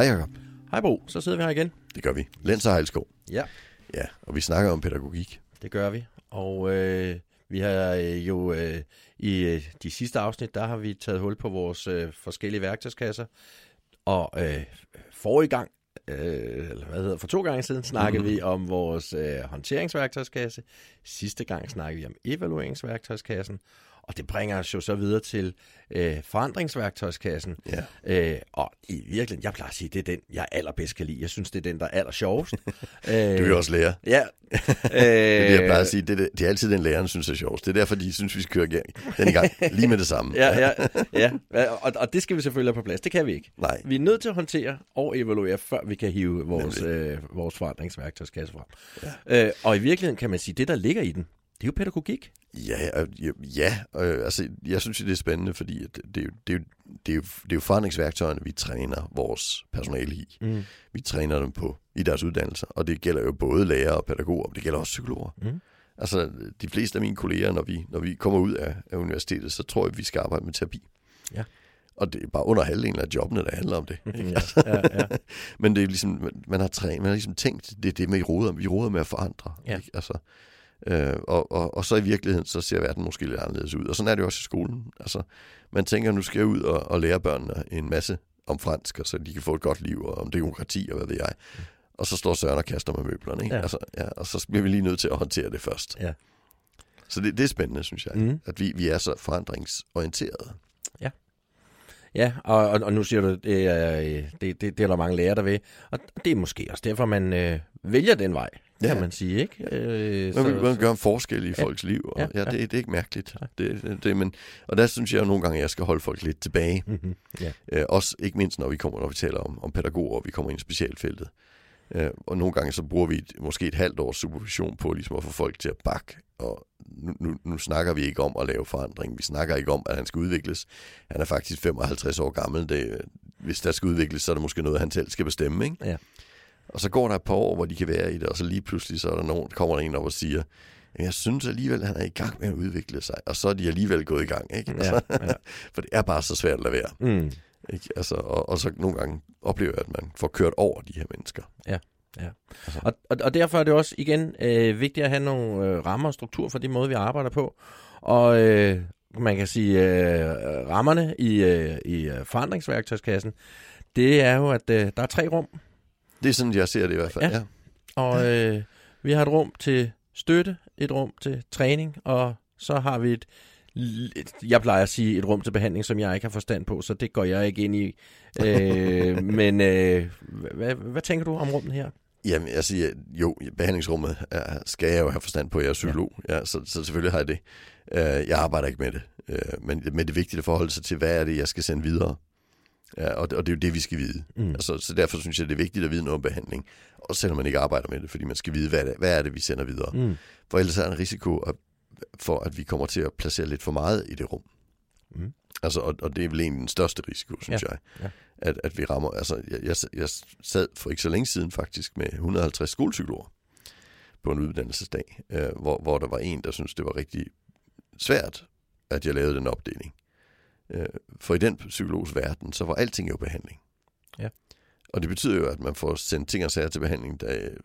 Hej Jacob. Hej Bo, så sidder vi her igen. Det gør vi. Lens og Hejlskov. Ja. Ja, og vi snakker om pædagogik. Det gør vi. Og vi har i de sidste afsnit, der har vi taget hul på vores forskellige værktøjskasser. Og forrige gang, for 2 gange siden, snakkede vi om vores håndteringsværktøjskasse. Sidste gang snakkede vi om evalueringsværktøjskassen. Og det bringer os jo så videre til forandringsværktøjskassen. Ja. Og i virkeligheden, jeg plejer at sige, det er den, jeg allerbedst kan lide. Jeg synes, det er den, der er allersjovest. Du er jo også lærer. Ja. Det jeg plejer at sige, det er altid den læreren, synes er sjovest. Det er derfor, de synes, vi skal køre den i gang. Lige med det samme. Ja. Og det skal vi selvfølgelig have på plads. Det kan vi ikke. Nej. Vi er nødt til at håndtere og evaluere, før vi kan hive vores forandringsværktøjskasse frem. Ja. Og i virkeligheden kan man sige, det der ligger i den, det er jo pædagogik. Ja. Altså, jeg synes, det er spændende, fordi det er jo forandringsværktøjerne, vi træner vores personale i. Mm. Vi træner dem i deres uddannelser, og det gælder jo både lærere og pædagoger, men det gælder også psykologer. Mm. Altså, de fleste af mine kolleger, når vi kommer ud af universitetet, så tror jeg, vi skal arbejde med terapi. Ja. Og det er bare under halvdelen af jobbene, der handler om det. Ja. Men det er ligesom, man har ligesom tænkt, det er det med, vi roder med at forandre. Ja. Ikke? Altså, og så i virkeligheden, så ser verden måske lidt anderledes ud. Og sådan er det jo også i skolen. Altså, man tænker, nu skal jeg ud og lære børnene en masse om fransk, og så de kan få et godt liv, og om demokrati, og hvad ved jeg. Og så står Søren og kaster med møblerne. Ikke? Ja. Altså, og så bliver vi lige nødt til at håndtere det først. Ja. Så det er spændende, synes jeg, at vi er så forandringsorienterede. Ja. Ja, og nu siger du, det er der mange lærere, der vil. Og det er måske også derfor, man vælger den vej, kan man sige, ikke? Man gør en forskel i folks liv, og det er ikke mærkeligt. Og der synes jeg jo nogle gange, at jeg skal holde folk lidt tilbage. Mm-hmm. Ja. Også ikke mindst, når vi taler om pædagoger, og vi kommer ind i specialfeltet. Og nogle gange så bruger vi måske et halvt års supervision på ligesom at få folk til at bakke. Og nu snakker vi ikke om at lave forandring. Vi snakker ikke om, at han skal udvikles. Han er faktisk 55 år gammel. Hvis der skal udvikles, så er det måske noget, han selv skal bestemme. Ikke? Ja. Og så går der et par år, hvor de kan være i det, og så lige pludselig så er kommer der en op og siger, jeg synes alligevel, at han er i gang med at udvikle sig. Og så er de alligevel gået i gang. Ikke? Ja. For det er bare så svært at lade være. Mm. Ikke? Altså, og så nogle gange oplever jeg, at man får kørt over de her mennesker. Ja. Ja. Altså. Og derfor er det også igen vigtigt at have nogle rammer og struktur for de måde, vi arbejder på. Og man kan sige, rammerne i forandringsværktøjskassen, det er jo, at der er 3 rum. Det er sådan, jeg ser det i hvert fald. Ja. Og vi har et rum til støtte, et rum til træning, og så har vi jeg plejer at sige et rum til behandling, som jeg ikke har forstand på, så det går jeg ikke ind i. Men hvad tænker du om rummet her? Jamen, jeg siger, jo, behandlingsrummet skal jeg jo have forstand på. Jeg er psykolog, så selvfølgelig har jeg det. Jeg arbejder ikke med det. Men det er vigtigt at forholde sig til, hvad er det, jeg skal sende videre. Ja, og det er jo det, vi skal vide. Mm. Altså, så derfor synes jeg, det er vigtigt at vide noget om behandling. Også selvom man ikke arbejder med det, fordi man skal vide, hvad er det, vi sender videre. Mm. For ellers er der en risiko for, at vi kommer til at placere lidt for meget i det rum. Mm. Altså, og det er vel egentlig den største risiko, synes jeg. Ja. At vi rammer. Altså, jeg sad for ikke så længe siden faktisk med 150 skolepsykologer på en uddannelsesdag, hvor der var en, der syntes, det var rigtig svært, at jeg lavede den opdeling. For i den psykologs verden, så var alting jo behandling. Ja. Og det betyder jo, at man får sendt ting og sager til behandling,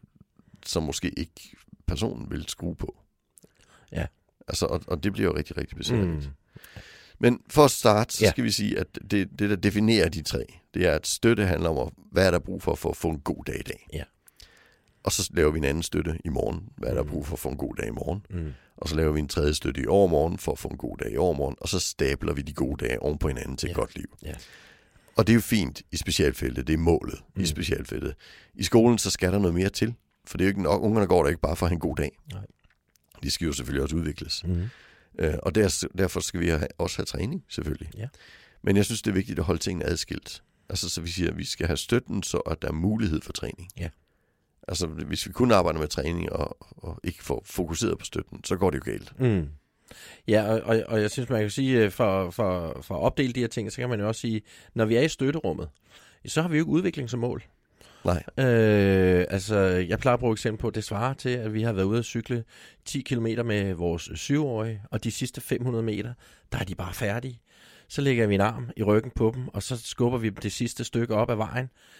som måske ikke personen vil skrue på. Ja. Altså, og det bliver jo rigtig, rigtig besværligt. Mm. Men for at starte, så skal vi sige, at det der definerer de 3, det er, at støtte handler om, hvad er der brug for at få en god dag i dag. Ja. Og så laver vi en anden støtte i morgen, hvad er der brug for at få en god dag i morgen. Mm. Og så laver vi en tredje støtte i overmorgen for at få en god dag i overmorgen, og så stabler vi de gode dage oven på hinanden til et godt liv. Ja. Og det er jo fint i specialfeltet, det er målet i specialfeltet. I skolen, så skal der noget mere til, for det er jo ikke nok, ungerne går der ikke bare for at have en god dag. Nej. De skal jo selvfølgelig også udvikles. Mm. Og derfor skal vi også have træning, selvfølgelig. Ja. Men jeg synes, det er vigtigt at holde tingene adskilt. Altså, så vi siger, at vi skal have støtten, så at der er mulighed for træning. Ja. Altså, hvis vi kun arbejder med træning og ikke får fokuseret på støtten, så går det jo galt. Mm. Ja, og jeg synes, man kan sige, for at opdele de her ting, så kan man jo også sige, når vi er i støtterummet, så har vi jo ikke udvikling som mål. Nej. Altså, jeg plejer at bruge eksempel på, det svarer til, at vi har været ude at cykle 10 kilometer med vores 7-årige, og de sidste 500 meter, der er de bare færdige. Så lægger vi en arm i ryggen på dem, og så skubber vi dem det sidste stykke op ad vejen.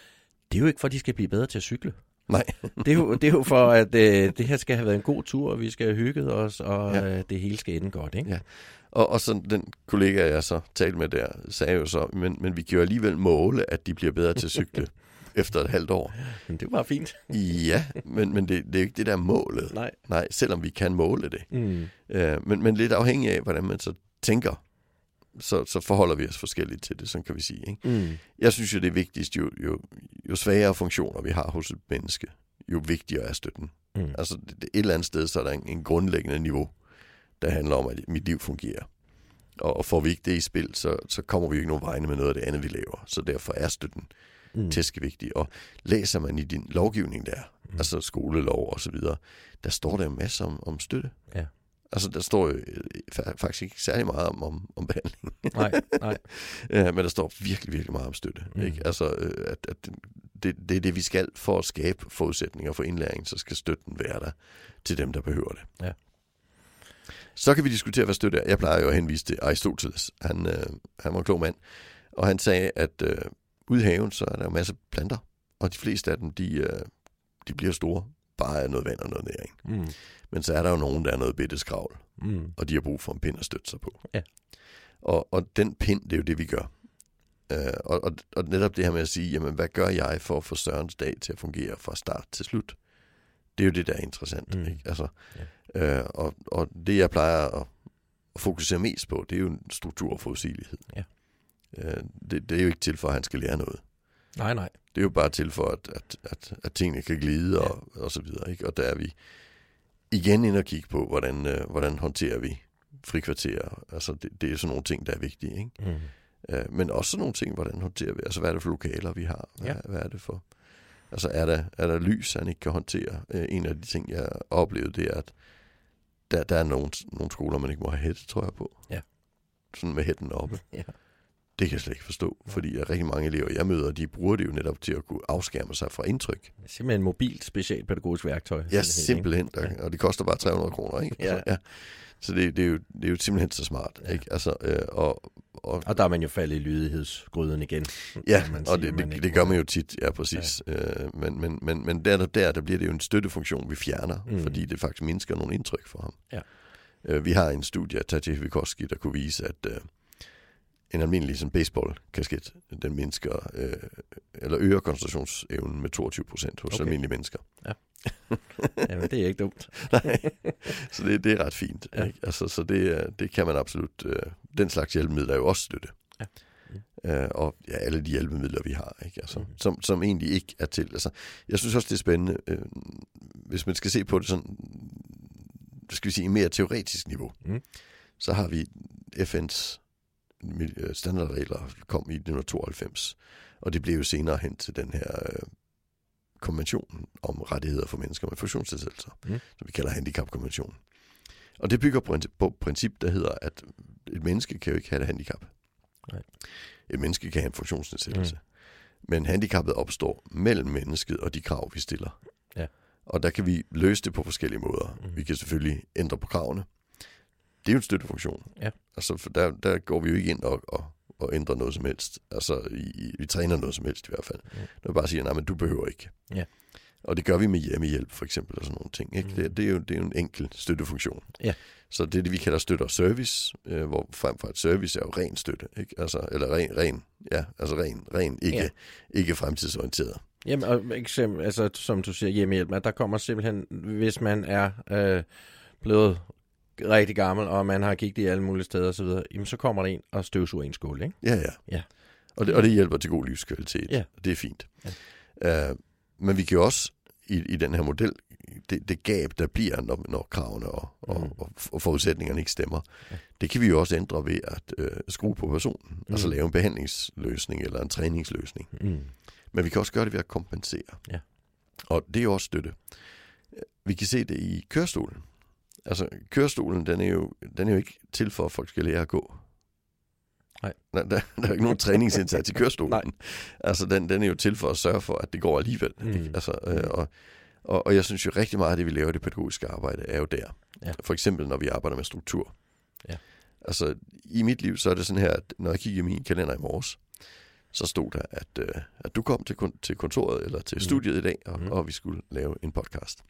Det er jo ikke for, at de skal blive bedre til at cykle. Nej. Det er jo for, at det her skal have været en god tur, og vi skal have hygget os, og det hele skal ende godt, ikke? Ja. Og så den kollega, jeg så talte med der, sagde jo så, men vi kan jo alligevel måle, at de bliver bedre til at cykle efter et halvt år. Men det var fint. Ja, men det er jo ikke det der målet. Nej, selvom vi kan måle det. Men lidt afhængig af, hvordan man så tænker, så forholder vi os forskelligt til det, sådan kan vi sige. Ikke? Jeg synes jo, det er vigtigst, jo svagere funktioner vi har hos et menneske, jo vigtigere er støtten. Altså et eller andet sted, så er der en grundlæggende niveau, der handler om, at mit liv fungerer. Og får vi ikke det i spil, så kommer vi jo ikke nogen vegne med noget af det andet, vi laver. Så derfor er støtten tæskevigtig. Og læser man i din lovgivning der, altså skolelov og så videre, der står der en masse om støtte. Ja. Altså, der står jo faktisk ikke særlig meget om behandling. Nej. Men der står virkelig, virkelig meget om støtte. Ikke? Altså, at det er det, vi skal for at skabe forudsætninger for indlæring, så skal støtten være der til dem, der behøver det. Ja. Så kan vi diskutere, hvad støtte er. Jeg plejer jo at henvise til Aristoteles. Han var en klog mand, og han sagde, at ude i haven, så er der jo masser af planter, og de fleste af dem, de bliver store, bare af noget vand og noget næring. Men så er der jo nogen, der er noget bitte skravl, og de har brug for en pind at støtte sig på. Ja. Og den pind, det er jo det, vi gør. Og netop det her med at sige, jamen, hvad gør jeg for at få Sørens dag til at fungere fra start til slut? Det er jo det, der er interessant. Ikke? Altså, og det, jeg plejer at fokusere mest på, det er jo struktur og forudsigelighed. Ja. Det er jo ikke til for, at han skal lære noget. Nej. Det er jo bare til for, at tingene kan glide og så videre. Ikke? Og der er vi igen inde og kigge på, hvordan håndterer vi frikvarterer. Altså det er sådan nogle ting, der er vigtige. Ikke? Men også sådan nogle ting, hvordan håndterer vi. Altså hvad er det for lokaler, vi har? Hvad er det for? Altså er der lys, han ikke kan håndtere? En af de ting, jeg oplevede, det er, at der er nogle skoler, man ikke må have hætte, tror jeg på. Ja. Sådan med hætten oppe. Ja. Det kan jeg slet ikke forstå, fordi rigtig mange elever, jeg møder, de bruger det jo netop til at kunne afskærme sig fra indtryk. Simpelthen mobilt specialpædagogisk værktøj. Ja, simpelthen. Og det koster bare 300 kroner, ikke? Ja. Altså, så det er jo simpelthen så smart, ikke? Altså, og der er man jo faldet i lydighedsgryden igen. Ja, og det gør man jo tit, ja, præcis. Ja. Men der bliver det jo en støttefunktion, vi fjerner, fordi det faktisk mindsker nogle indtryk for ham. Ja. Vi har en studie af Tatje Vygotsky, der kunne vise, at en almindelig sådan baseball-kasket, den mindsker, eller øger koncentrationsevnen med 22% hos almindelige mennesker. Ja. Jamen, det er ikke dumt. Nej, så det er ret fint. Ja. Ikke? Altså, så det kan man absolut. Den slags hjælpemidler er jo også støtte. Ja. Og alle de hjælpemidler, vi har, ikke? Altså, som egentlig ikke er til. Altså, jeg synes også, det er spændende, hvis man skal se på det sådan, skal vi sige, i mere teoretisk niveau, så har vi FN's standardregler kom i 1992, og det blev jo senere hen til den her konvention om rettigheder for mennesker med funktionsnedsættelser, som vi kalder handicapkonventionen. Og det bygger på et princip, der hedder, at et menneske kan jo ikke have et handicap. Nej. Et menneske kan have en funktionsnedsættelse. Men handicappet opstår mellem mennesket og de krav, vi stiller. Ja. Og der kan vi løse det på forskellige måder. Vi kan selvfølgelig ændre på kravene. Det er jo en støttefunktion. Ja. Altså, for der går vi jo ikke ind og ændrer noget som helst. Altså, vi træner noget som helst i hvert fald. Når vi bare siger, nej, men du behøver ikke. Ja. Og det gør vi med hjemmehjælp, for eksempel, og sådan nogle ting. Ikke? Det er jo en enkel støttefunktion. Ja. Så det er det, vi kalder støtte og service, hvor frem for et service er jo ren støtte. Ikke? Altså, eller ren, ikke fremtidsorienteret. Jamen, og eksempel, altså, som du siger, hjemmehjælp, der kommer simpelthen, hvis man er blevet rigtig gammel, og man har kigget i alle mulige steder og så videre, jamen så kommer der en og støvsuger en skål, ikke? Ja. Og det hjælper til god livskvalitet. Ja. Det er fint. Ja. Men vi kan jo også i den her model, det gab, der bliver, når kravene og forudsætningerne ikke stemmer, det kan vi jo også ændre ved at skrue på personen. Altså lave en behandlingsløsning eller en træningsløsning. Men vi kan også gøre det ved at kompensere. Ja. Og det er jo også støtte. Vi kan se det i kørestolen. Altså, kørestolen, den er jo ikke til for, at folk skal lære at gå. Nej. Der er ikke nogen træningsindsats i kørestolen. Nej. Altså, den er jo til for at sørge for, at det går alligevel. Ikke? Altså, og jeg synes jo rigtig meget af det, vi laver i det pædagogiske arbejde, er jo der. Ja. For eksempel, når vi arbejder med struktur. Ja. Altså, i mit liv, så er det sådan her, at når jeg kigger i min kalender i morges, så stod der, at du kom til kontoret eller til studiet i dag, og vi skulle lave en podcast.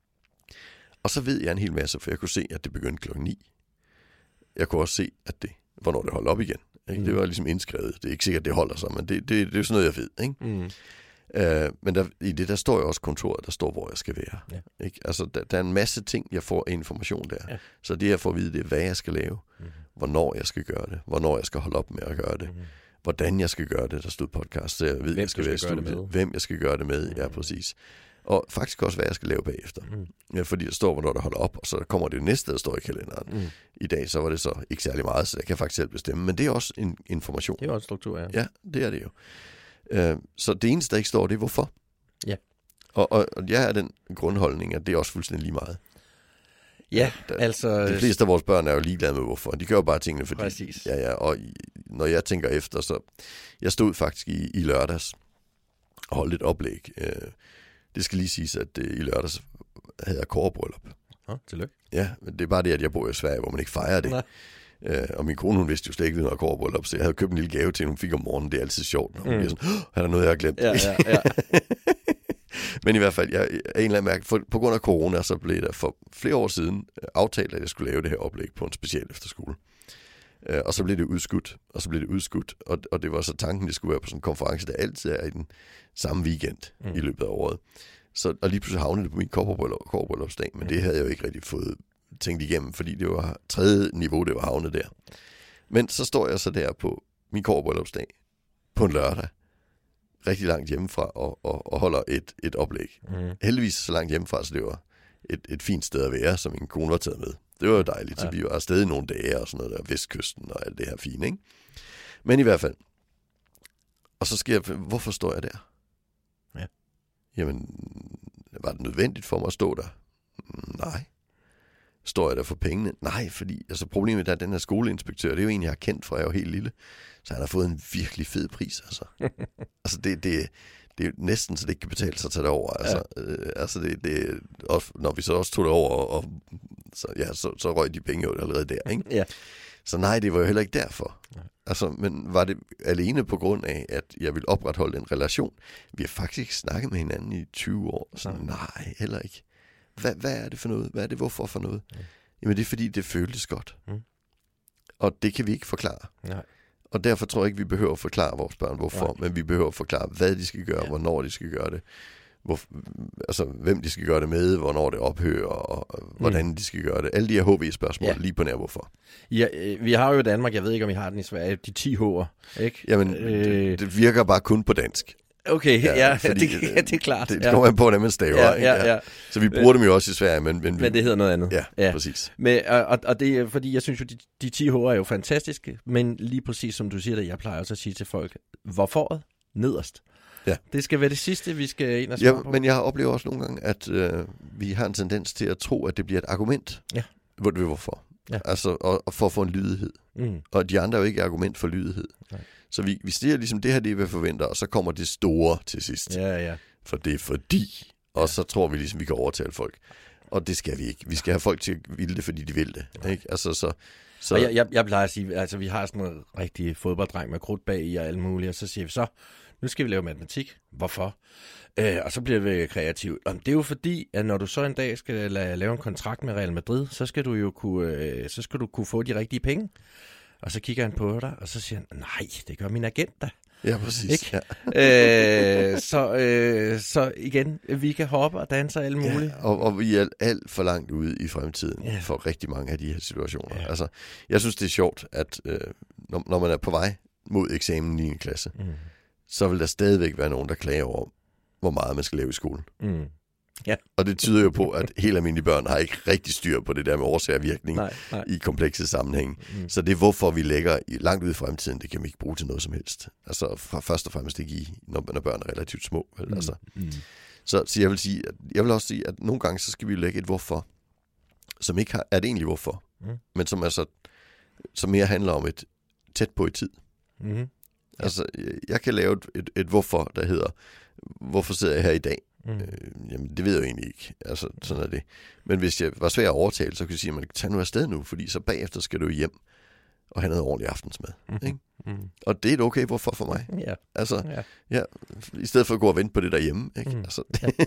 Og så ved jeg en hel masse, for jeg kunne se, at det begyndte klokken 9. Jeg kunne også se, hvornår det holdt op igen. Ikke? Det var ligesom indskrevet. Det er ikke sikkert, det holder sig, men det er sådan noget, jeg ved. Ikke? Men i det, der står jo også kontoret, der står, hvor jeg skal være. Ja. Ikke? Altså, der er en masse ting, jeg får information der. Ja. Så det, jeg får at vide, det er, hvad jeg skal lave, hvornår jeg skal gøre det, hvornår jeg skal holde op med at gøre det, hvordan jeg skal gøre det, der stod podcast, så jeg ved, jeg skal være i studiet, hvem jeg skal gøre det med, ja, præcis. Og faktisk også, hvad jeg skal lave bagefter. Ja, fordi der står, hvornår der holder op, og så kommer det næste, der står i kalenderen. I dag, så var det så ikke særlig meget, så jeg kan faktisk selv bestemme. Men det er også en information. Det er også struktur, ja. Ja, det er det jo. Så det eneste, der ikke står, det er hvorfor. Ja. Og jeg har den grundholdning, at det er også fuldstændig lige meget. Ja, altså... De fleste af vores børn er jo ligeglade med hvorfor. De gør jo bare tingene, fordi... Præcis. Ja, og når jeg tænker efter, så... Jeg stod faktisk i lørdags og holdt et oplæg. Det skal lige siges, at i lørdags havde jeg kobberbryllup. Tillykke. Ja, men det er bare det, at jeg bor i Sverige, hvor man ikke fejrer det. Og min kone, hun vidste jo slet ikke, noget kobberbryllup, så jeg havde købt en lille gave til hende, hun fik om morgenen. Det er altid sjovt, når hun bliver sådan, er der noget, jeg har glemt? Ja. Men i hvert fald, jeg af en eller anden mærke, på grund af corona, så blev der for flere år siden aftalt, at jeg skulle lave det her oplæg på en special efterskole. Og så blev det udskudt, og det var så tanken, det skulle være på sådan en konference, der altid er i den samme weekend i løbet af året. Og lige pludselig havnede det på min kobberbryllupsdag, men det havde jeg jo ikke rigtig fået tænkt igennem, fordi det var 3. niveau, det var havnet der. Men så står jeg så der på min kobberbryllupsdag på en lørdag, rigtig langt hjemmefra, og holder et oplæg. Heldigvis så langt hjemmefra, så det var et fint sted at være, som min kone var taget med. Det var jo dejligt, så vi var afsted i nogle dage og sådan noget der, Vestkysten og alt det her fine, ikke? Men i hvert fald. Og så sker hvorfor står jeg der? Ja. Jamen, var det nødvendigt for mig at stå der? Nej. Står jeg der for pengene? Nej, fordi altså problemet er, at den her skoleinspektør, det er jo en, jeg har kendt fra jeg var helt lille, så han har fået en virkelig fed pris, altså. Altså, det er næsten, så det ikke kan betale sig at tage det over. Altså, altså det også, når vi så også tog det over, og så røg de penge jo allerede der, ikke? Ja. Så nej, det var jo heller ikke derfor. Altså, men var det alene på grund af, at jeg ville opretholde en relation? Vi har faktisk snakket med hinanden i 20 år. Så nej, heller ikke. Hvad er det for noget? Hvad er det hvorfor for noget? Jamen det er fordi, det føltes godt. Og det kan vi ikke forklare. Nej. Og derfor tror jeg ikke, vi behøver at forklare vores børn, hvorfor. Men vi behøver at forklare, hvad de skal gøre, hvornår de skal gøre det. Altså, hvem de skal gøre det med, hvornår det ophører, og hvordan de skal gøre det. Alle de her HV-spørgsmål lige på nær hvorfor. Ja, vi har jo i Danmark, jeg ved ikke, om I har den i Sverige, de 10 H'er, ikke? Jamen, det virker bare kun på dansk. Okay, det er klart. Det kommer an på, hvordan man staver. Ja. Så vi bruger dem jo også i Sverige, men det hedder noget andet. Ja, præcis. Men, og det er, fordi jeg synes jo, de 10 H'er er jo fantastiske, men lige præcis som du siger det, jeg plejer også at sige til folk, hvorfor nederst? Ja. Det skal være det sidste, vi skal ind og svare på. Men jeg oplever også nogle gange, at vi har en tendens til at tro, at det bliver et argument. Ja. Hvorfor? Ja. Altså, og for at få en lydighed. Og de andre er jo ikke argument for lydighed. Nej. Så vi siger ligesom, det her det er, hvad vi forventer, og så kommer det store til sidst. Ja. For det er fordi, og så tror vi ligesom, vi kan overtale folk. Og det skal vi ikke. Vi skal have folk til at ville det, fordi de vil det. Ikke? Altså, så og jeg plejer at sige, altså vi har sådan en rigtig fodbolddreng med krudt bag i og alt muligt, og så siger vi så, nu skal vi lave matematik. Hvorfor? Og så bliver vi kreative. Det er jo fordi, at når du så en dag skal lave en kontrakt med Real Madrid, så skal du jo kunne få de rigtige penge. Og så kigger han på dig, og så siger han, nej, det gør min agent da. Ja, præcis. Ikke? Ja. Så igen, vi kan hoppe og danse og alt muligt. Ja, og vi er alt for langt ude i fremtiden for rigtig mange af de her situationer. Ja. Altså, jeg synes, det er sjovt, at når man er på vej mod eksamen i en klasse, så vil der stadigvæk være nogen, der klager over, hvor meget man skal lave i skolen. Ja. Og det tyder jo på, at helt almindelige børn har ikke rigtig styr på det der med årsag og virkning i komplekse sammenhæng. Så det er hvorfor vi lægger langt ud i fremtiden, det kan vi ikke bruge til noget som helst. Altså først og fremmest ikke når børn er relativt små. Altså. Så jeg vil også sige, at nogle gange så skal vi lægge et hvorfor, som ikke er det egentlig hvorfor, men som mere handler om et tæt på i tid. Altså, jeg kan lave et hvorfor, der hedder, hvorfor sidder jeg her i dag? Jamen, det ved jeg jo egentlig ikke. Altså, sådan er det. Men hvis jeg var svær at overtale, så kunne jeg sige, at man tager nu afsted nu, fordi så bagefter skal du hjem og have noget ordentligt aftensmad. Ikke? Og det er et okay hvorfor for mig. Ja. Altså, i stedet for at gå og vente på det derhjemme. Ikke? Altså,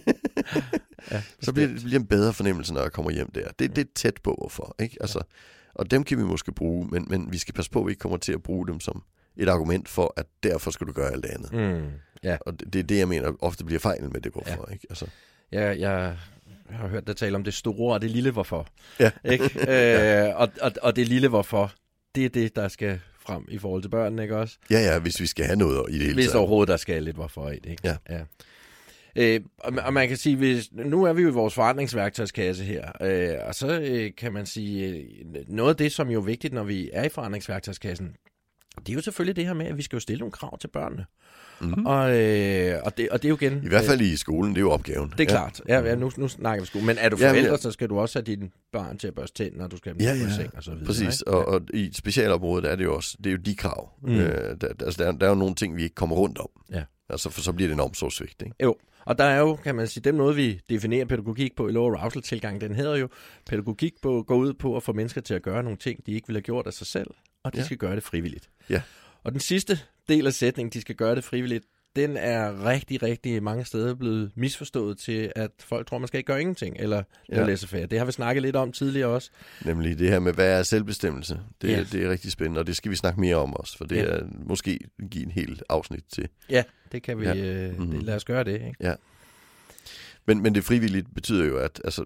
så bliver det en bedre fornemmelse, når jeg kommer hjem der. Det er tæt på hvorfor. Ikke? Altså, og dem kan vi måske bruge, men vi skal passe på, at vi ikke kommer til at bruge dem som et argument for, at derfor skal du gøre alt andet. Og det er det, jeg mener, ofte bliver fejlen med det hvorfor. Ikke? Altså. Jeg har hørt dig tale om det store og det lille hvorfor. Ja. Ikke? Og det lille hvorfor, det er det, der skal frem i forhold til børnene, ikke også? Ja, hvis vi skal have noget i det hele taget. Hvis overhovedet der skal lidt hvorfor i det, ikke? Ja. Og man kan sige, nu er vi jo i vores forandringsværktøjskasse her, og så kan man sige, noget af det, som jo er vigtigt, når vi er i forandringsværktøjskassen, det er jo selvfølgelig det her med, at vi skal jo stille nogle krav til børnene. Og det er jo igen... I hvert fald i skolen, det er jo opgaven. Det er klart. Ja, nu snakker vi skole. Men er du forældre, så skal du også have dine børn til at børste tænder, og du skal have dem på seng og så videre. Præcis. Og i specialområdet er det jo også, det er jo de krav. Der er jo nogle ting, vi ikke kommer rundt om. Ja. Altså, for så bliver det en omsorgsvigt, ikke? Jo. Og der er jo, kan man sige, den måde, vi definerer pædagogik på i Low Arousal-tilgang, den hedder jo, pædagogik går ud på at få mennesker til at gøre nogle ting, de ikke ville have gjort af sig selv, og de skal gøre det frivilligt. Ja. Og den sidste del af sætningen, de skal gøre det frivilligt, den er rigtig, rigtig mange steder blevet misforstået til, at folk tror, man skal ikke gøre ingenting, eller laissez-faire. Det har vi snakket lidt om tidligere også. Nemlig det her med, hvad er selvbestemmelse? Det er rigtig spændende, og det skal vi snakke mere om også, for det er måske give en hel afsnit til. Ja, det kan vi. Lad os gøre det, ikke? Ja. Men det frivilligt betyder jo, at altså,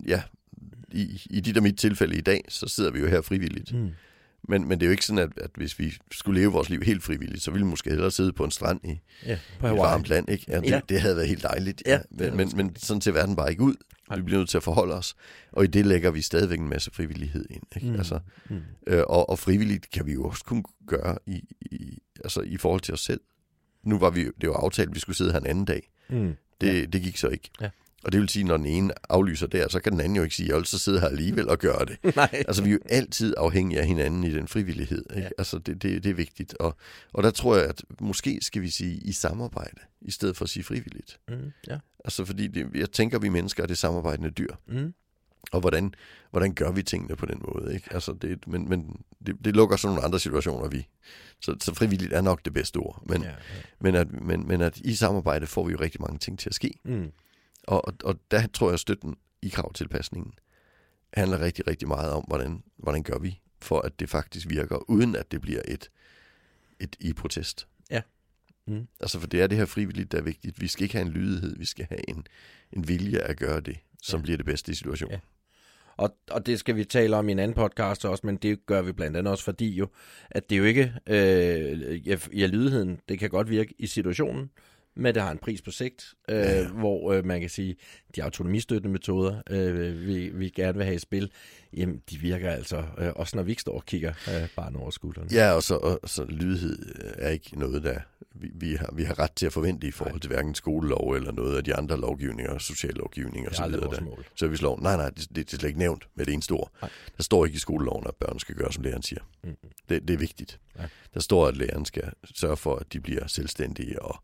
i dit og mit tilfælde i dag, så sidder vi jo her frivilligt. Men det er jo ikke sådan, at hvis vi skulle leve vores liv helt frivilligt, så ville vi måske hellere sidde på en strand i et varmt land. Ikke? Ja, det havde været helt dejligt. Ja. Men sådan ser verden bare ikke ud. Vi bliver nødt til at forholde os. Og i det lægger vi stadigvæk en masse frivillighed ind. Ikke? Altså, og frivilligt kan vi jo også kun gøre i forhold til os selv. Nu var det var aftalt, at vi skulle sidde her en anden dag. Det gik så ikke. Ja. Og det vil sige, når den ene aflyser der, så kan den anden jo ikke sige, at jeg vil så sidde her alligevel og gøre det. Nej. Altså, vi er jo altid afhængige af hinanden i den frivillighed. Ikke? Ja. Altså, det er vigtigt. Og der tror jeg, at måske skal vi sige i samarbejde, i stedet for at sige frivilligt. Altså, fordi jeg tænker, vi mennesker er det samarbejdende dyr. Og hvordan gør vi tingene på den måde? Ikke? Altså, det lukker sådan nogle andre situationer, så frivilligt er nok det bedste ord. Men at i samarbejde får vi jo rigtig mange ting til at ske. Og der tror jeg, at støtten i kravtilpasningen handler rigtig, rigtig meget om, hvordan gør vi, for at det faktisk virker, uden at det bliver et i-protest. Ja. Altså, for det er det her frivilligt, der er vigtigt. Vi skal ikke have en lydighed, vi skal have en vilje at gøre det, som bliver det bedste i situationen. Ja. Og det skal vi tale om i en anden podcast også, men det gør vi blandt andet også, fordi jo, at det jo ikke, lydigheden, det kan godt virke i situationen, men det har en pris på sigt, hvor man kan sige, de autonomistøttende metoder, vi gerne vil have i spil, jamen, de virker altså, også når vi ikke står og kigger bare over skuldrene. Ja, og så lydighed er ikke noget, der vi har ret til at forvente i forhold til hverken skolelov eller noget af de andre lovgivninger, sociallovgivninger osv. Servicelov. Nej, det er slet ikke nævnt med det eneste ord. Der står ikke i skoleloven, at børn skal gøre, som læreren siger. Det er vigtigt. Ja. Der står, at læreren skal sørge for, at de bliver selvstændige og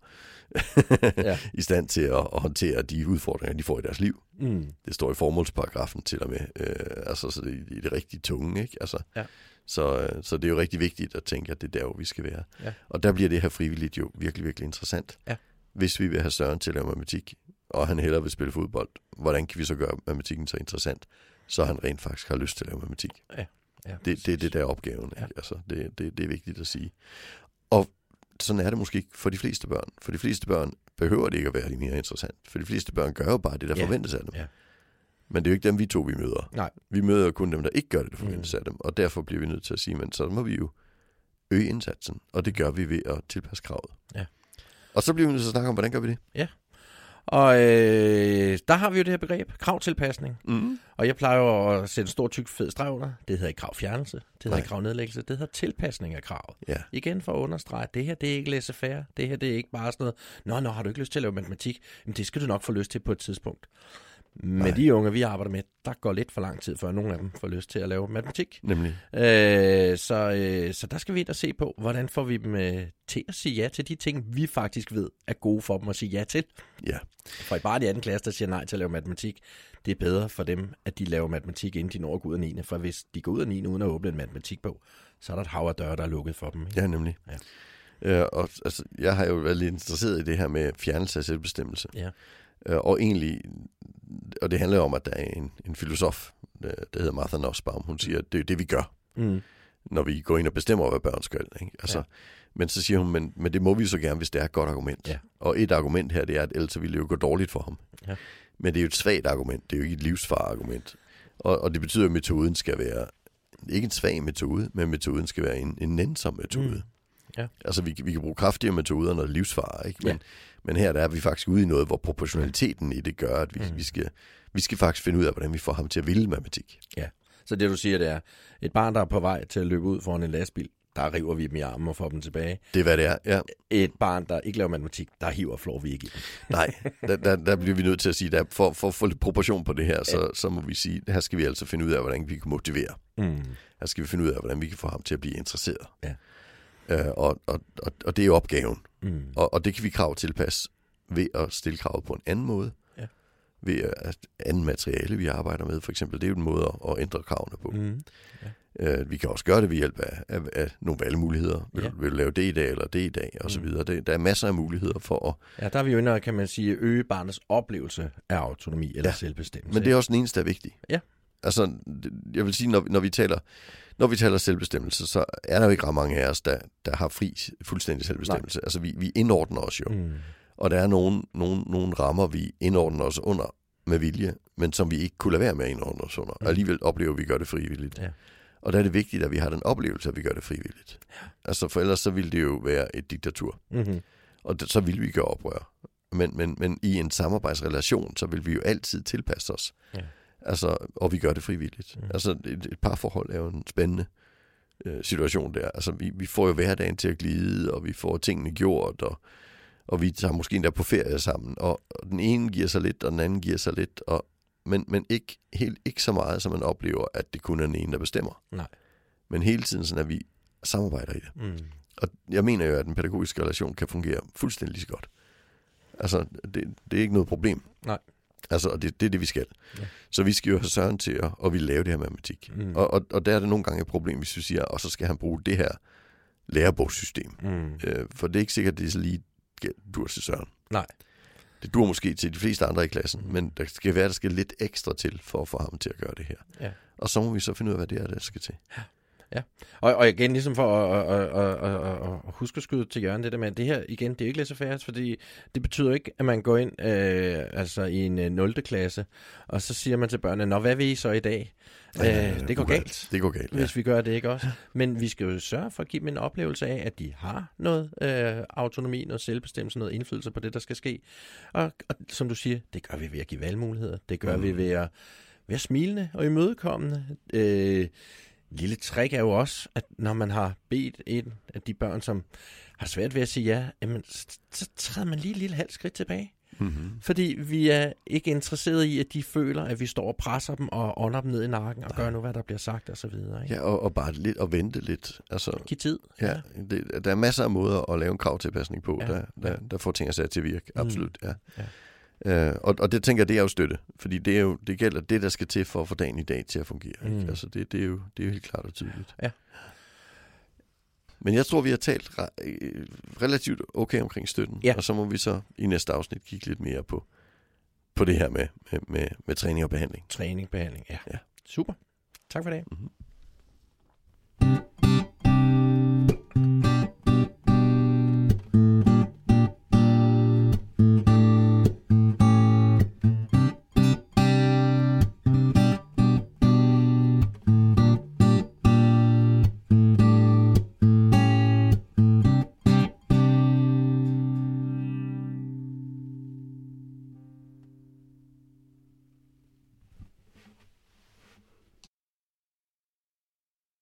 i stand til at håndtere de udfordringer, de får i deres liv. Det står i formålsparagrafen til og med. Så det er det rigtig tunge, ikke? Altså, så det er jo rigtig vigtigt at tænke, at det er der, hvor vi skal være. Ja. Og der bliver det her frivilligt jo virkelig, virkelig interessant. Ja. Hvis vi vil have Søren til at lave matematik, og han hellere vil spille fodbold, hvordan kan vi så gøre matematikken så interessant, så han rent faktisk har lyst til at lave matematik? Ja. Ja, det er det der opgaven. Ikke? Altså, det er vigtigt at sige. Og sådan er det måske ikke for de fleste børn. For de fleste børn behøver det ikke at være mere interessant. For de fleste børn gør jo bare det, der forventes af dem. Ja. Men det er jo ikke dem, vi møder. Nej. Vi møder kun dem, der ikke gør det, der forventes af dem. Og derfor bliver vi nødt til at sige, men så må vi jo øge indsatsen. Og det gør vi ved at tilpasse kravet. Ja. Og så bliver vi nødt til at snakke om, hvordan gør vi det? Ja. Og der har vi jo det her begreb, kravtilpasning. Og jeg plejer jo at sætte en stor tyk fed streg under. Det hedder ikke kravfjernelse, det hedder ikke kravnedlæggelse, det hedder tilpasning af kravet. Ja. Igen for at understrege, det her det er ikke laissez-faire, det her det er ikke bare sådan noget, nå, har du ikke lyst til at lave matematik? Men det skal du nok få lyst til på et tidspunkt. Med de unge, vi arbejder med, der går lidt for lang tid, før nogle af dem får lyst til at lave matematik. Nemlig. Så der skal vi ind og se på, hvordan får vi dem til at sige ja til de ting, vi faktisk ved er gode for dem at sige ja til. Ja. For i bare de 18. klasse, der siger nej til at lave matematik, det er bedre for dem, at de laver matematik, inden de når at gå ud af 9. For hvis de går ud af 9. uden at åbne en matematikbog, så er der et hav af døre, der er lukket for dem. Ikke? Ja, nemlig. Ja. Og altså, jeg har jo været lidt interesseret i det her med fjernelse af selvbestemmelse. Ja. Og egentlig, og det handler jo om, at der er en filosof, der hedder Martha Nussbaum, hun siger, at det er det, vi gør, når vi går ind og bestemmer, hvad børn skal. Ikke? Altså, men så siger hun, men det må vi så gerne, hvis det er et godt argument. Ja. Og et argument her, det er, at ellers ville det jo gå dårligt for ham. Ja. Men det er jo et svagt argument, det er jo ikke et livsfarargument. Og det betyder, at metoden skal være, ikke en svag metode, men metoden skal være en nænsom metode. Ja. Altså, vi kan bruge kraftigere metoder, når det er livsfarer, ikke? Men her der er vi faktisk ude i noget, hvor proportionaliteten i det gør, at vi skal faktisk finde ud af, hvordan vi får ham til at ville matematik. Ja, så det du siger, det er, et barn, der er på vej til at løbe ud foran en lastbil, der river vi dem i armen og får dem tilbage. Det er, hvad det er, ja. Et barn, der ikke laver matematik, der flår vi ikke i dem. Nej, der bliver vi nødt til at sige, at for at få lidt proportion på det her, så må vi sige, her skal vi altså finde ud af, hvordan vi kan motivere. Her skal vi finde ud af, hvordan vi kan få ham til at blive interesseret. Ja. Og det er jo opgaven. Og det kan vi tilpasse ved at stille kravet på en anden måde. Ja. Ved at anden materiale, vi arbejder med, for eksempel, det er jo en måde at ændre kravene på. Ja. Vi kan også gøre det ved hjælp af nogle valgmuligheder. Vil du lave det i dag, eller det i dag, og så videre. Der er masser af muligheder for at... Ja, der er vi jo inde, kan man sige, øge barnets oplevelse af autonomi eller selvbestemmelse. Men det er også den eneste, der er vigtig. Ja. Altså, jeg vil sige, når vi taler selvbestemmelse, så er der jo ikke ret mange af os, der har fuldstændig selvbestemmelse. Nej. Altså, vi indordner os jo. Og der er nogle rammer, vi indordner os under med vilje, men som vi ikke kunne lade være med at indordne os under. Og alligevel oplever vi, at vi gør det frivilligt. Ja. Og der er det vigtigt, at vi har den oplevelse, at vi gør det frivilligt. Ja. Altså, for ellers så ville det jo være et diktatur. Og så ville vi gøre oprør. Men i en samarbejdsrelation, så vil vi jo altid tilpasse os. Ja. Altså, og vi gør det frivilligt. Altså, et parforhold er jo en spændende situation der. Altså, vi får jo hverdagen til at glide, og vi får tingene gjort, og vi tager måske endda på ferie sammen, og den ene giver sig lidt, og den anden giver sig lidt, men ikke så meget, som man oplever, at det kun er den ene, der bestemmer. Nej. Men hele tiden sådan, at vi samarbejder i det. Og jeg mener jo, at den pædagogiske relation kan fungere fuldstændig lige så godt. Altså, det er ikke noget problem. Nej. Altså, og det er det, vi skal. Ja. Så vi skal jo have Søren til at ville lave det her matematik. Og der er det nogle gange et problem, hvis vi siger, og så skal han bruge det her lærebogssystem. For det er ikke sikkert, at det er så lige dur til Søren. Nej. Det dur måske til de fleste andre i klassen, men der skal lidt ekstra til for at få ham til at gøre det her. Ja. Og så må vi så finde ud af, hvad det er, der skal til. Ja. Ja, og igen ligesom for at huske at skyde til Jørgen det der med, det her igen, det er ikke laissez-faire, fordi det betyder ikke, at man går ind altså i en 0. klasse, og så siger man til børnene, nå, hvad vil I så i dag? Det går galt. Det går galt, hvis vi gør det, ikke også? Men vi skal jo sørge for at give dem en oplevelse af, at de har noget autonomi, noget selvbestemmelse, noget indflydelse på det, der skal ske. Og som du siger, det gør vi ved at give valgmuligheder. Det gør vi ved at være smilende og imødekommende. Lille trick er jo også, at når man har bedt en af de børn, som har svært ved at sige ja, jamen, så træder man lige et lille halvt skridt tilbage. Fordi vi er ikke interesseret i, at de føler, at vi står og presser dem og ånder dem ned i nakken og gør nu, hvad der bliver sagt og så videre. Ikke? Ja, og bare lidt og vente lidt. Altså, giv tid. Ja. Der er masser af måder at lave en kravtilpasning på, der får ting at sætte til at virke. Absolut, ja. Og det tænker jeg, det er jo støtte. Fordi det gælder det, der skal til for at få dagen i dag til at fungere. Ikke? Altså, det er jo helt klart og tydeligt. Ja. Men jeg tror, vi har talt relativt okay omkring støtten. Ja. Og så må vi så i næste afsnit kigge lidt mere på det her med træning og behandling. Træning og behandling, ja. Super. Tak for det.